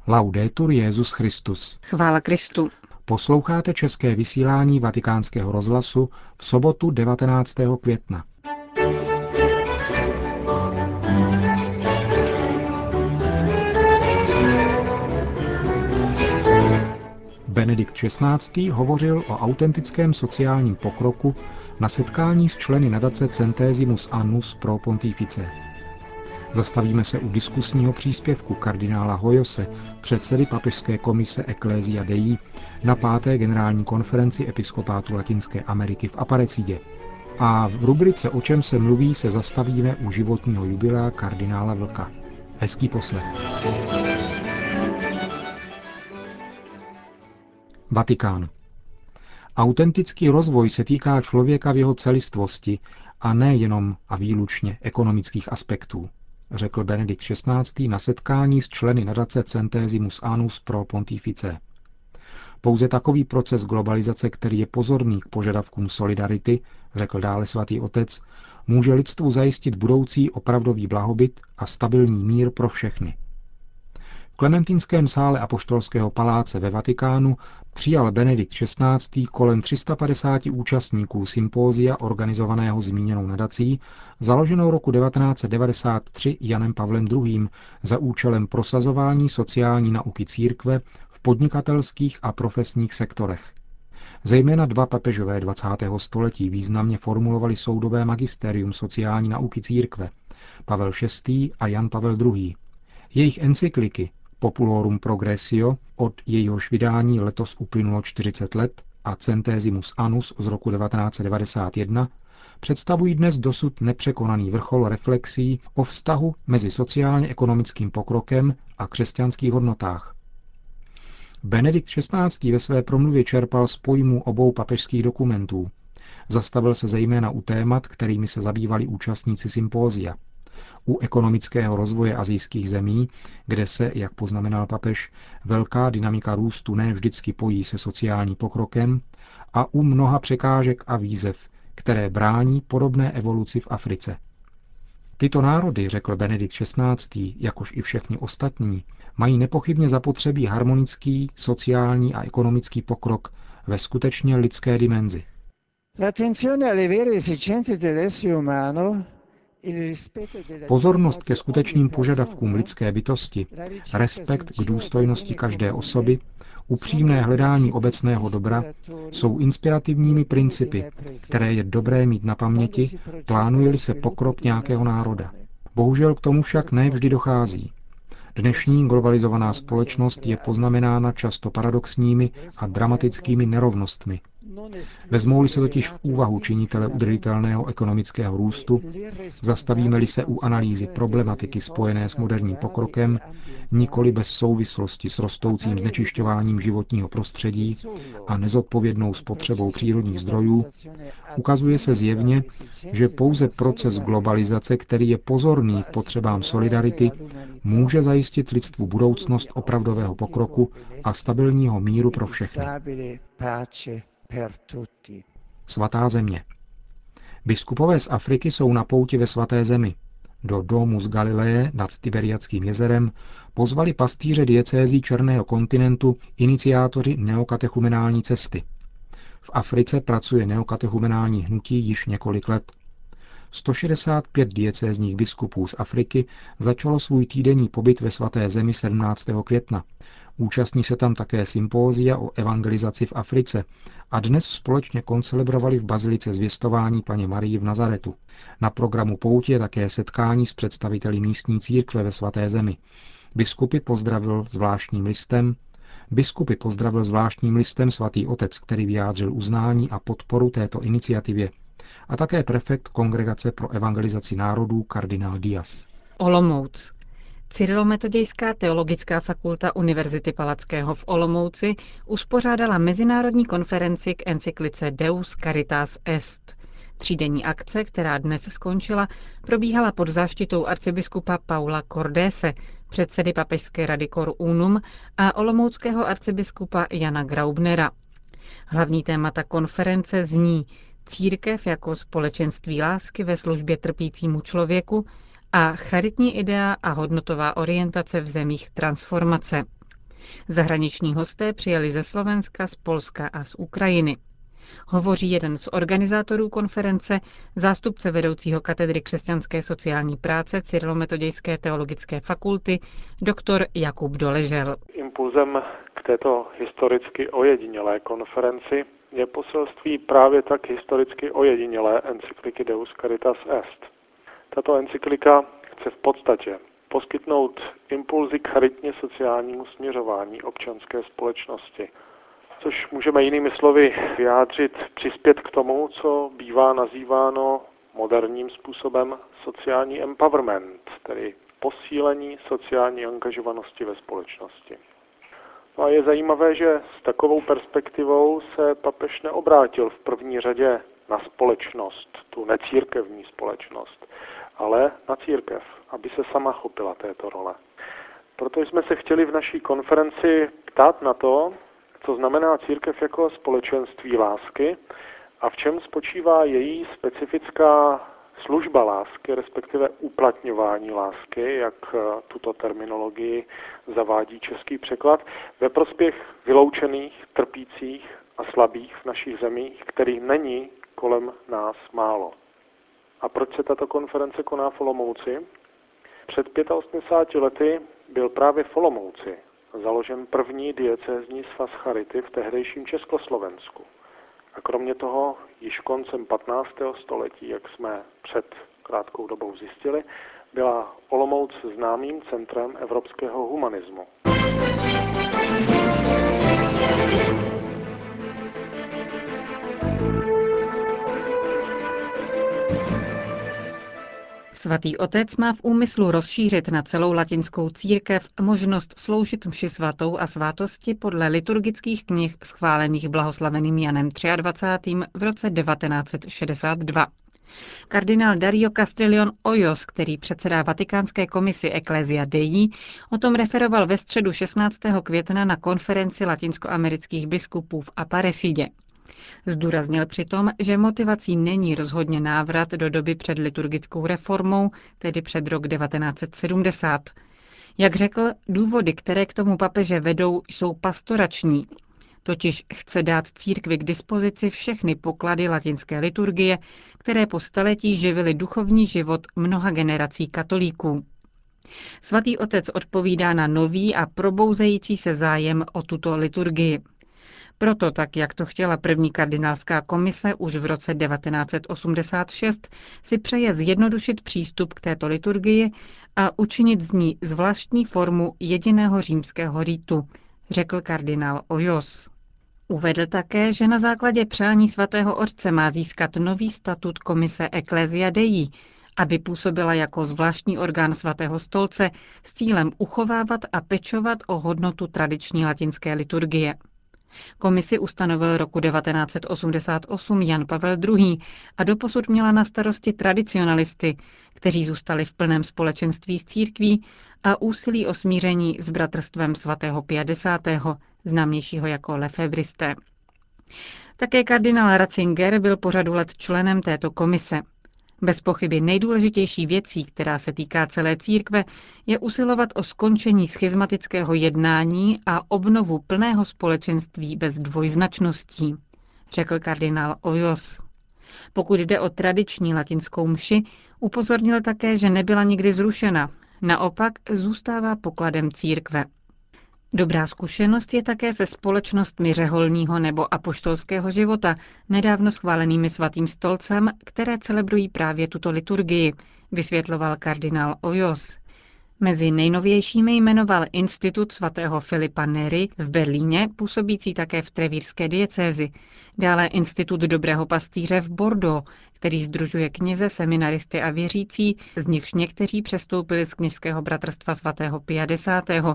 Laudetur Jesus Christus. Chvála Kristu. Posloucháte české vysílání Vatikánského rozhlasu v sobotu 19. května. Benedikt XVI. Hovořil o autentickém sociálním pokroku na setkání s členy nadace Centesimus Annus Pro Pontifice. Zastavíme se u diskusního příspěvku kardinála Hoyose, předsedy papežské komise Ecclesia Dei, na 5. generální konferenci episkopátu Latinské Ameriky v Aparecidě. A v rubrice O čem se mluví se zastavíme u životního jubilea kardinála Vlka. Hezký poslech. Vatikán. Autentický rozvoj se týká člověka v jeho celistvosti a ne jenom a výlučně ekonomických aspektů, řekl Benedikt XVI. Na setkání s členy nadace Centesimus Annus Pro Pontifice. Pouze takový proces globalizace, který je pozorný k požadavkům solidarity, řekl dále svatý otec, může lidstvu zajistit budoucí opravdový blahobyt a stabilní mír pro všechny. V Klementínském sále Apoštolského paláce ve Vatikánu přijal Benedikt XVI. Kolem 350 účastníků sympózia organizovaného zmíněnou nadací, založenou roku 1993 Janem Pavlem II. Za účelem prosazování sociální nauky církve v podnikatelských a profesních sektorech. Zejména dva papežové 20. století významně formulovali soudobé magisterium sociální nauky církve, Pavel VI. A Jan Pavel II. Jejich encykliky Populorum Progressio, od jejíhož vydání letos uplynulo 40 let, a Centesimus Annus z roku 1991, představují dnes dosud nepřekonaný vrchol reflexí o vztahu mezi sociálně-ekonomickým pokrokem a křesťanských hodnotách. Benedikt XVI. Ve své promluvě čerpal z pojmů obou papežských dokumentů. Zastavil se zejména u témat, kterými se zabývali účastníci sympózia. U ekonomického rozvoje asijských zemí, kde se, jak poznamenal papež, velká dynamika růstu ne vždycky pojí se sociálním pokrokem, a u mnoha překážek a výzev, které brání podobné evoluci v Africe. Tyto národy, řekl Benedikt XVI., jakož i všechny ostatní, mají nepochybně zapotřebí harmonický, sociální a ekonomický pokrok ve skutečně lidské dimenzi. Pozornost ke skutečným požadavkům lidské bytosti, respekt k důstojnosti každé osoby, upřímné hledání obecného dobra jsou inspirativními principy, které je dobré mít na paměti, plánuje-li se pokrok nějakého národa. Bohužel k tomu však ne vždy dochází. Dnešní globalizovaná společnost je poznamenána často paradoxními a dramatickými nerovnostmi. Vezmou-li se totiž v úvahu činitele udržitelného ekonomického růstu, zastavíme-li se u analýzy problematiky spojené s moderním pokrokem, nikoli bez souvislosti s rostoucím znečišťováním životního prostředí a nezodpovědnou spotřebou přírodních zdrojů, ukazuje se zjevně, že pouze proces globalizace, který je pozorný k potřebám solidarity, může zajistit lidstvu budoucnost opravdového pokroku a stabilního míru pro všechny. Svatá země. Biskupové z Afriky jsou na pouti ve Svaté zemi. Do domu z Galileje nad Tiberiadským jezerem pozvali pastýře diecézí Černého kontinentu iniciátoři neokatechumenální cesty. V Africe pracuje neokatechumenální hnutí již několik let. 165 diecézních biskupů z Afriky začalo svůj týdenní pobyt ve Svaté zemi 17. května. Účastní se tam také sympózia o evangelizaci v Africe a dnes společně koncelebrovali v bazilice Zvěstování Panně Marii v Nazaretu. Na programu pouti je také setkání s představiteli místní církve ve Svaté zemi. Biskupy pozdravil zvláštním listem svatý otec, který vyjádřil uznání a podporu této iniciativě, a také prefekt Kongregace pro evangelizaci národů kardinál Díaz. Olomouc. Cyrilometodějská teologická fakulta Univerzity Palackého v Olomouci uspořádala mezinárodní konferenci k encyklice Deus Caritas Est. Třídenní akce, která dnes skončila, probíhala pod záštitou arcibiskupa Paula Cordese, předsedy papežské rady Cor Unum a olomouckého arcibiskupa Jana Graubnera. Hlavní témata konference zní Církev jako společenství lásky ve službě trpícímu člověku a charitní idea a hodnotová orientace v zemích transformace. Zahraniční hosté přijeli ze Slovenska, z Polska a z Ukrajiny. Hovoří jeden z organizátorů konference, zástupce vedoucího katedry křesťanské sociální práce Cyrilometodějské teologické fakulty, doktor Jakub Doležel. Impulzem k této historicky ojedinělé konferenci je poselství právě tak historicky ojedinělé encykliky Deus Caritas Est. Tato encyklika chce v podstatě poskytnout impulzy k charitně sociálnímu směřování občanské společnosti, což můžeme jinými slovy vyjádřit, přispět k tomu, co bývá nazýváno moderním způsobem sociální empowerment, tedy posílení sociální angažovanosti ve společnosti. No a je zajímavé, že s takovou perspektivou se papež neobrátil v první řadě na společnost, tu necírkevní společnost, ale na církev, aby se sama chopila této role. Proto jsme se chtěli v naší konferenci ptát na to, co znamená církev jako společenství lásky a v čem spočívá její specifická služba lásky, respektive uplatňování lásky, jak tuto terminologii zavádí český překlad, ve prospěch vyloučených, trpících a slabých v našich zemích, kterých není kolem nás málo. A proč se tato konference koná v Olomouci? Před 85 lety byl právě v Olomouci založen první diecézní svaz charity v tehdejším Československu. A kromě toho již koncem 15. století, jak jsme před krátkou dobou zjistili, byla Olomouc známým centrem evropského humanismu. Svatý otec má v úmyslu rozšířit na celou latinskou církev možnost sloužit mši svatou a svátosti podle liturgických knih schválených blahoslaveným Janem 23. v roce 1962. Kardinál Dario Castrillon Hoyos, který předsedá Vatikánské komisi Ecclesia Dei, o tom referoval ve středu 16. května na konferenci latinskoamerických biskupů v Aparecidě. Zdůraznil přitom, že motivací není rozhodně návrat do doby před liturgickou reformou, tedy před rok 1970. Jak řekl, důvody, které k tomu papeže vedou, jsou pastorační. Totiž chce dát církvi k dispozici všechny poklady latinské liturgie, které po staletí živily duchovní život mnoha generací katolíků. Svatý otec odpovídá na nový a probouzející se zájem o tuto liturgii. Proto, tak jak to chtěla první kardinálská komise už v roce 1986, si přeje zjednodušit přístup k této liturgii a učinit z ní zvláštní formu jediného římského ritu, řekl kardinál Hoyos. Uvedl také, že na základě přání svatého otce má získat nový statut komise Ecclesia Dei, aby působila jako zvláštní orgán svatého stolce s cílem uchovávat a pečovat o hodnotu tradiční latinské liturgie. Komisi ustanovil roku 1988 Jan Pavel II. A doposud měla na starosti tradicionalisty, kteří zůstali v plném společenství s církví a úsilí o smíření s bratrstvem svatého Pia X., známějšího jako lefebristé. Také kardinál Ratzinger byl po řadu let členem této komise. Bez pochyby nejdůležitější věcí, která se týká celé církve, je usilovat o skončení schizmatického jednání a obnovu plného společenství bez dvojznačností, řekl kardinál Hoyos. Pokud jde o tradiční latinskou mši, upozornil také, že nebyla nikdy zrušena, naopak zůstává pokladem církve. Dobrá zkušenost je také se společnostmi řeholního nebo apoštolského života, nedávno schválenými svatým stolcem, které celebrují právě tuto liturgii, vysvětloval kardinál Hoyos. Mezi nejnovějšími jmenoval Institut svatého Filipa Neri v Berlíně, působící také v trevírské diecézi, dále Institut dobrého pastýře v Bordeaux, který sdružuje kněze, seminaristy a věřící, z nichž někteří přestoupili z kněžského bratrstva svatého Pia X.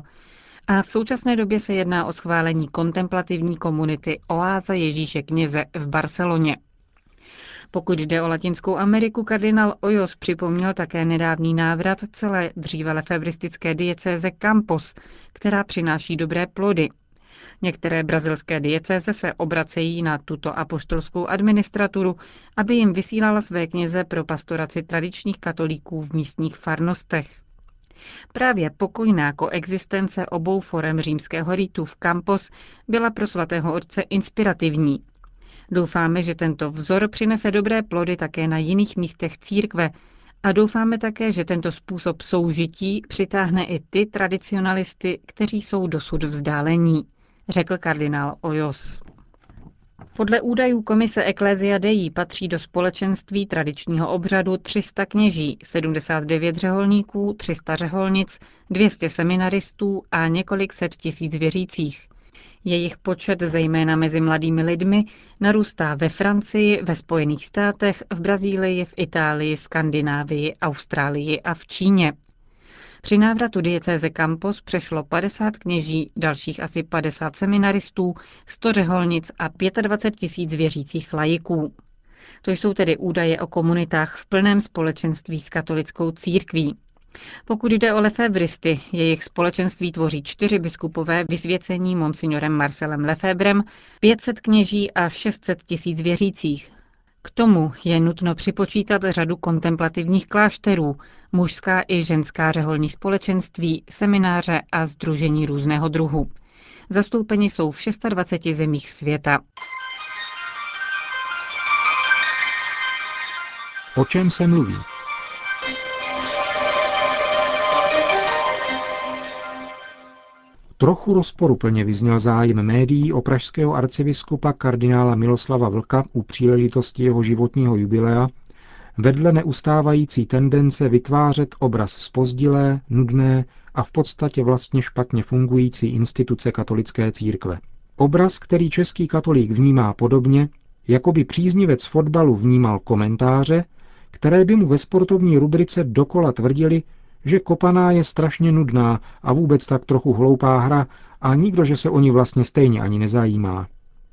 A v současné době se jedná o schválení kontemplativní komunity Oáza Ježíše kněze v Barceloně. Pokud jde o Latinskou Ameriku, kardinál Hoyos připomněl také nedávný návrat celé dříve lefebristické diecéze Campos, která přináší dobré plody. Některé brazilské diecéze se obracejí na tuto apoštolskou administraturu, aby jim vysílala své kněze pro pastoraci tradičních katolíků v místních farnostech. Právě pokojná koexistence obou forem římského ritu v campos byla pro svatého otce inspirativní. Doufáme, že tento vzor přinese dobré plody také na jiných místech církve a doufáme také, že tento způsob soužití přitáhne i ty tradicionalisty, kteří jsou dosud vzdálení, řekl kardinál Hoyos. Podle údajů komise Ecclesia Dei patří do společenství tradičního obřadu 300 kněží, 79 řeholníků, 300 řeholnic, 200 seminaristů a několik set tisíc věřících. Jejich počet, zejména mezi mladými lidmi, narůstá ve Francii, ve Spojených státech, v Brazílii, v Itálii, Skandinávii, Austrálii a v Číně. Při návratu diecéze Campos přešlo 50 kněží, dalších asi 50 seminaristů, 100 řeholnic a 25 tisíc věřících laiků. To jsou tedy údaje o komunitách v plném společenství s katolickou církví. Pokud jde o lefébristy, jejich společenství tvoří 4 biskupové vysvěcení monsignorem Marcelem Lefébrem, 500 kněží a 600 tisíc věřících. K tomu je nutno připočítat řadu kontemplativních klášterů, mužská i ženská řeholní společenství, semináře a sdružení různého druhu. Zastoupeni jsou v 26 zemích světa. O čem se mluví? Trochu rozporuplně vyzněl zájem médií o pražského arcibiskupa kardinála Miloslava Vlka u příležitosti jeho životního jubilea, vedle neustávající tendence vytvářet obraz zpozdilé, nudné a v podstatě vlastně špatně fungující instituce katolické církve. Obraz, který český katolík vnímá podobně, jako by příznivec fotbalu vnímal komentáře, které by mu ve sportovní rubrice dokola tvrdili, že kopaná je strašně nudná a vůbec tak trochu hloupá hra a nikdo, že se o ní vlastně stejně ani nezajímá.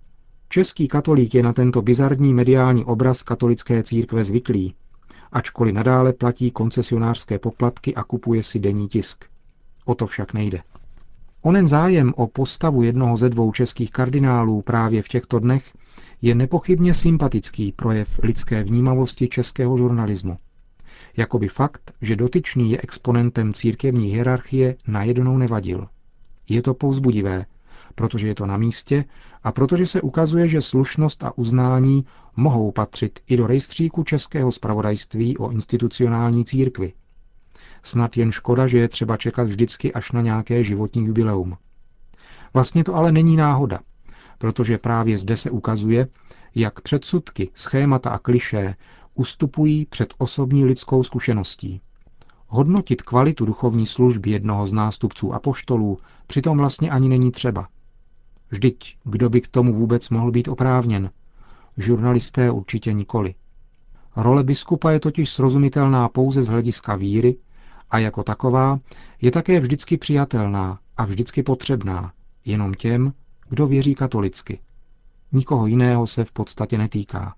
Český katolík je na tento bizarní mediální obraz katolické církve zvyklý, ačkoliv nadále platí koncesionářské poplatky a kupuje si denní tisk. O to však nejde. Onen zájem o postavu jednoho ze 2 českých kardinálů právě v těchto dnech je nepochybně sympatický projev lidské vnímavosti českého žurnalismu. Jakoby fakt, že dotyčný je exponentem církevní hierarchie, najednou nevadil. Je to povzbudivé, protože je to na místě a protože se ukazuje, že slušnost a uznání mohou patřit i do rejstříku českého zpravodajství o institucionální církvi. Snad jen škoda, že je třeba čekat vždycky až na nějaké životní jubileum. Vlastně to ale není náhoda, protože právě zde se ukazuje, jak předsudky, schémata a klišé ustupují před osobní lidskou zkušeností. Hodnotit kvalitu duchovní služby jednoho z nástupců apoštolů přitom vlastně ani není třeba. Vždyť, kdo by k tomu vůbec mohl být oprávněn? Žurnalisté určitě nikoli. Role biskupa je totiž srozumitelná pouze z hlediska víry a jako taková je také vždycky přijatelná a vždycky potřebná jenom těm, kdo věří katolicky. Nikoho jiného se v podstatě netýká.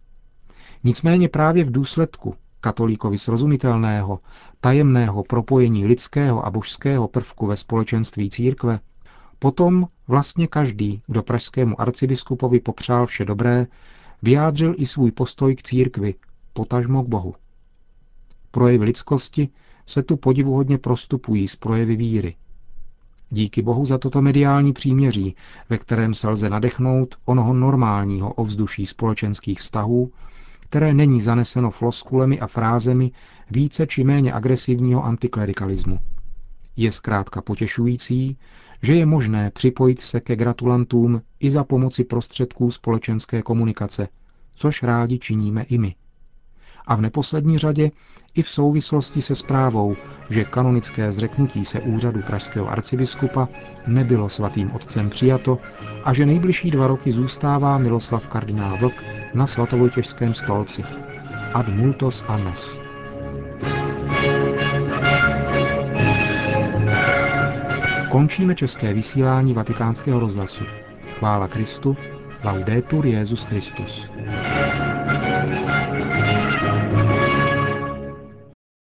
Nicméně právě v důsledku katolíkovi srozumitelného, tajemného propojení lidského a božského prvku ve společenství církve, potom vlastně každý, kdo pražskému arcibiskupovi popřál vše dobré, vyjádřil i svůj postoj k církvi, potažmo k Bohu. Projevy lidskosti se tu podivuhodně prostupují s projevy víry. Díky Bohu za toto mediální příměří, ve kterém se lze nadechnout onoho normálního ovzduší společenských vztahů, které není zaneseno floskulemi a frázemi více či méně agresivního antiklerikalismu. Je zkrátka potěšující, že je možné připojit se ke gratulantům i za pomoci prostředků společenské komunikace, což rádi činíme i my. A v neposlední řadě i v souvislosti se zprávou, že kanonické zřeknutí se úřadu pražského arcibiskupa nebylo svatým otcem přijato a že nejbližší 2 roky zůstává Miloslav kardinál Vlk na svatovojtěžském stolci. Ad multos annos. Končíme české vysílání Vatikánského rozhlasu. Chvála Kristu, laudetur Jesus Christus.